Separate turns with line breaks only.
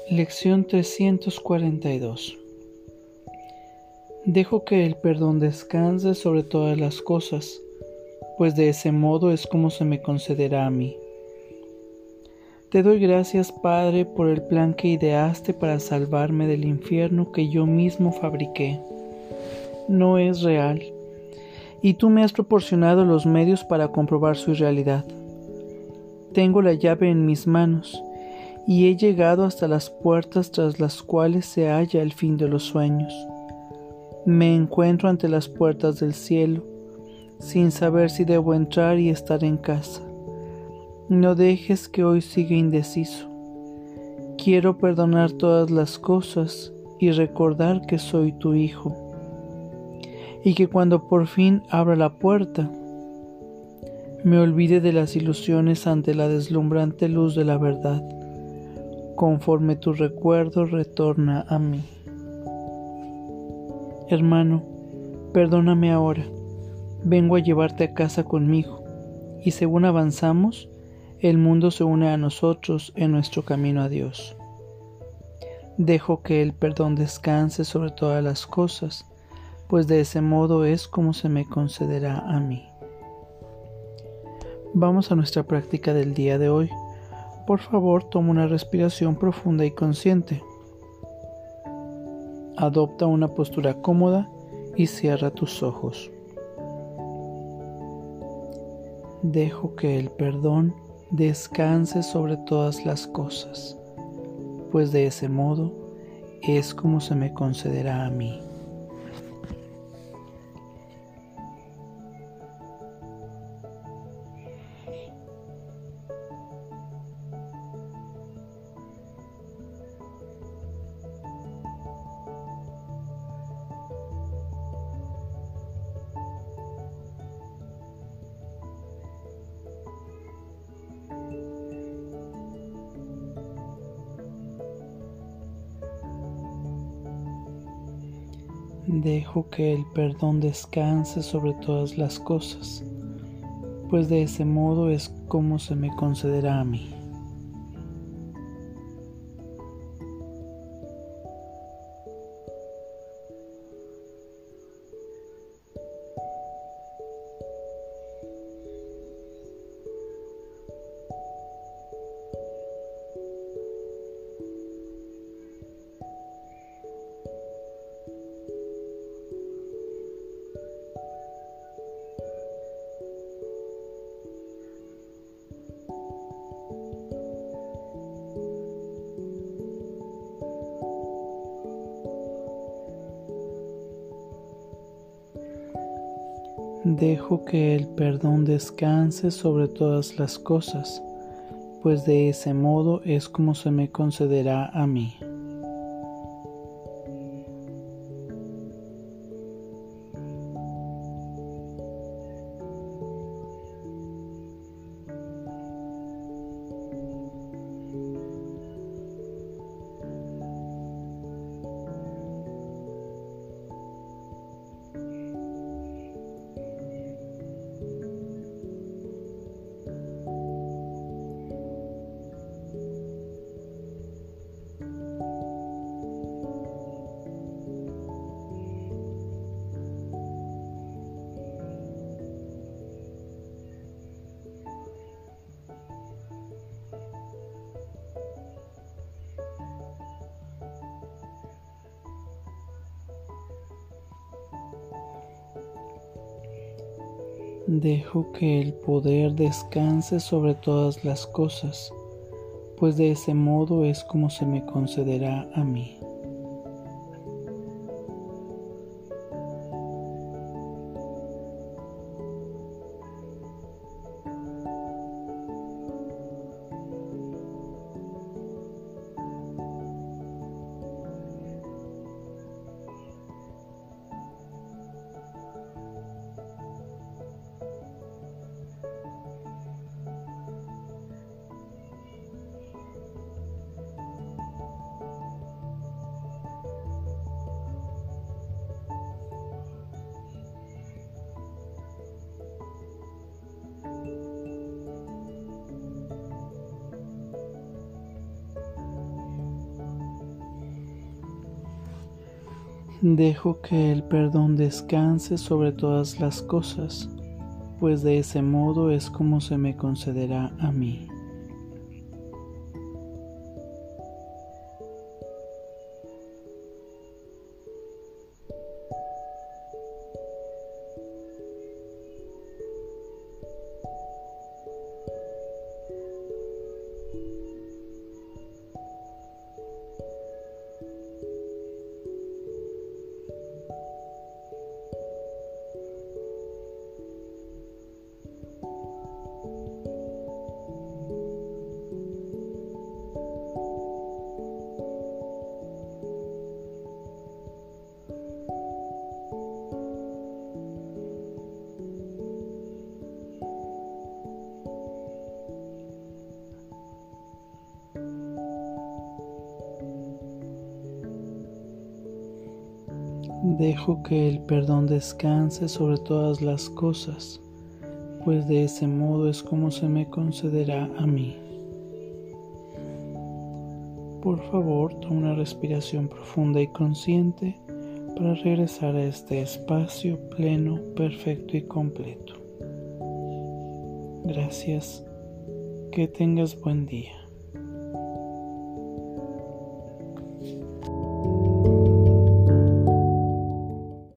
Lección 342. Dejo que el perdón descanse sobre todas las cosas, pues de ese modo es como se me concederá a mí. Te doy gracias, Padre, por el plan que ideaste para salvarme del infierno que yo mismo fabriqué. No es real, y tú me has proporcionado los medios para comprobar su irrealidad. Tengo la llave en mis manos, y he llegado hasta las puertas tras las cuales se halla el fin de los sueños. Me encuentro ante las puertas del cielo, sin saber si debo entrar y estar en casa. No dejes que hoy siga indeciso. Quiero perdonar todas las cosas y recordar que soy tu hijo, y que cuando por fin abra la puerta, me olvide de las ilusiones ante la deslumbrante luz de la verdad, conforme tu recuerdo retorna a mí. Hermano, perdóname ahora. Vengo a llevarte a casa conmigo, y según avanzamos, el mundo se une a nosotros en nuestro camino a Dios. Dejo que el perdón descanse sobre todas las cosas, pues de ese modo es como se me concederá a mí. Vamos a nuestra práctica del día de hoy. Por favor, toma una respiración profunda y consciente. Adopta una postura cómoda y cierra tus ojos. Dejo que el perdón descanse sobre todas las cosas, pues de ese modo es como se me concederá a mí. Dejo que el perdón descanse sobre todas las cosas, pues de ese modo es como se me concederá a mí. Dejo que el perdón descanse sobre todas las cosas, pues de ese modo es como se me concederá a mí. Dejo que el poder descanse sobre todas las cosas, pues de ese modo es como se me concederá a mí. Dejo que el perdón descanse sobre todas las cosas, pues de ese modo es como se me concederá a mí. Dejo que el perdón descanse sobre todas las cosas, pues de ese modo es como se me concederá a mí. Por favor, toma una respiración profunda y consciente para regresar a este espacio pleno, perfecto y completo. Gracias. Que tengas buen día.